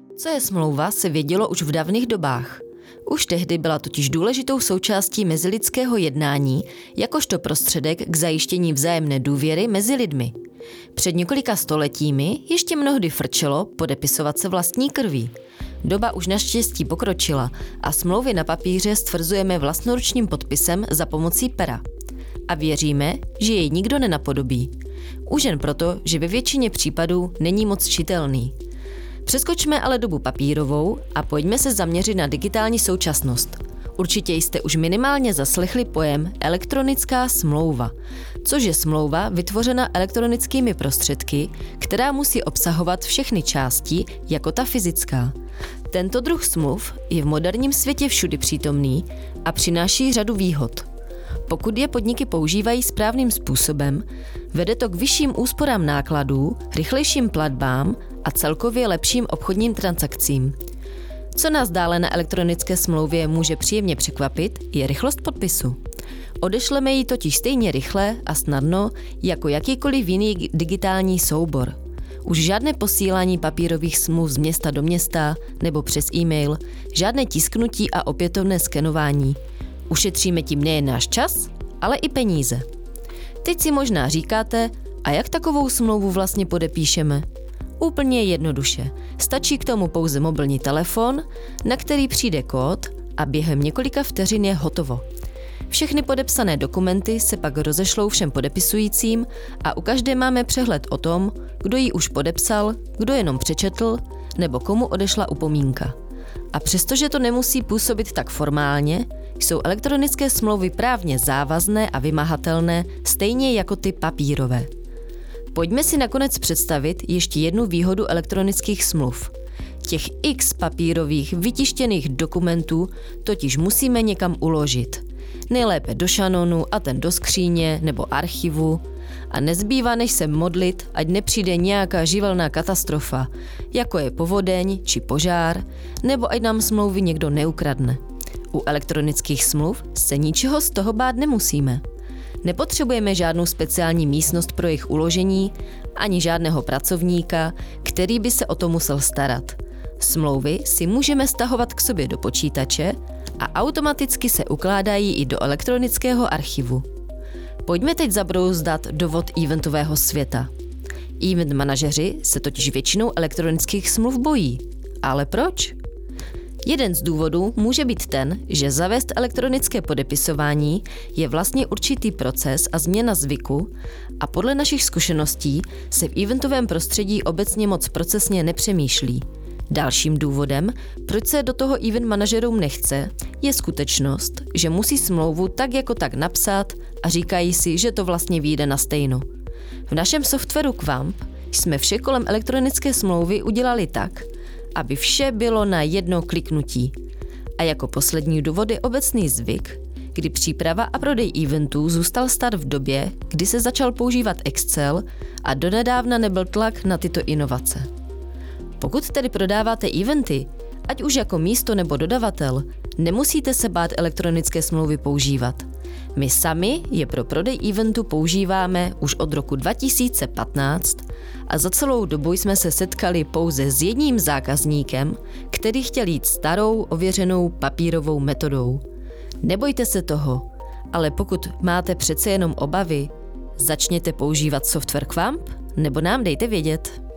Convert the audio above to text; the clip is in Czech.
Co je smlouva, se vědělo už v dávných dobách. Už tehdy byla totiž důležitou součástí mezilidského jednání, jakožto prostředek k zajištění vzájemné důvěry mezi lidmi. Před několika stoletími ještě mnohdy frčelo podepisovat se vlastní krví. Doba už naštěstí pokročila a smlouvy na papíře stvrzujeme vlastnoručním podpisem za pomocí pera. A věříme, že jej nikdo nenapodobí. Už jen proto, že ve většině případů není moc čitelný. Přeskočme ale dobu papírovou a pojďme se zaměřit na digitální současnost. Určitě jste už minimálně zaslechli pojem elektronická smlouva, což je smlouva vytvořena elektronickými prostředky, která musí obsahovat všechny části, jako ta fyzická. Tento druh smluv je v moderním světě všudy přítomný a přináší řadu výhod. Pokud je podniky používají správným způsobem, vede to k vyšším úsporám nákladů, rychlejším platbám a celkově lepším obchodním transakcím. Co nás dále na elektronické smlouvě může příjemně překvapit, je rychlost podpisu. Odešleme ji totiž stejně rychle a snadno jako jakýkoliv jiný digitální soubor. Už žádné posílání papírových smluv z města do města nebo přes e-mail, žádné tisknutí a opětovné skenování. Ušetříme tím nejen náš čas, ale i peníze. Teď si možná říkáte, a jak takovou smlouvu vlastně podepíšeme? Úplně jednoduše. Stačí k tomu pouze mobilní telefon, na který přijde kód a během několika vteřin je hotovo. Všechny podepsané dokumenty se pak rozešlou všem podepisujícím a u každé máme přehled o tom, kdo ji už podepsal, kdo jenom přečetl nebo komu odešla upomínka. A přestože to nemusí působit tak formálně, jsou elektronické smlouvy právně závazné a vymahatelné stejně jako ty papírové. Pojďme si nakonec představit ještě jednu výhodu elektronických smluv. Těch x papírových vytištěných dokumentů totiž musíme někam uložit. Nejlépe do šanonu a ten do skříně nebo archivu. A nezbývá než se modlit, ať nepřijde nějaká živelná katastrofa, jako je povodeň či požár, nebo ať nám smlouvy někdo neukradne. U elektronických smluv se ničeho z toho bát nemusíme. Nepotřebujeme žádnou speciální místnost pro jejich uložení, ani žádného pracovníka, který by se o to musel starat. Smlouvy si můžeme stahovat k sobě do počítače a automaticky se ukládají i do elektronického archivu. Pojďme teď zabrouzdat do vod eventového světa. Event manažeři se totiž většinou elektronických smluv bojí. Ale proč? Jeden z důvodů může být ten, že zavést elektronické podepisování je vlastně určitý proces a změna zvyku a podle našich zkušeností se v eventovém prostředí obecně moc procesně nepřemýšlí. Dalším důvodem, proč se do toho event manažerům nechce, je skutečnost, že musí smlouvu tak jako tak napsat a říkají si, že to vlastně vyjde na stejno. V našem softwaru Qwamp jsme vše kolem elektronické smlouvy udělali tak, aby vše bylo na jedno kliknutí. A jako poslední důvod je obecný zvyk, kdy příprava a prodej eventů zůstal stát v době, kdy se začal používat Excel a donedávna nebyl tlak na tyto inovace. Pokud tedy prodáváte eventy, ať už jako místo nebo dodavatel, nemusíte se bát elektronické smlouvy používat. My sami je pro prodej eventu používáme už od roku 2015 a za celou dobu jsme se setkali pouze s jedním zákazníkem, který chtěl jít starou, ověřenou papírovou metodou. Nebojte se toho, ale pokud máte přece jenom obavy, začněte používat software Qwamp nebo nám dejte vědět.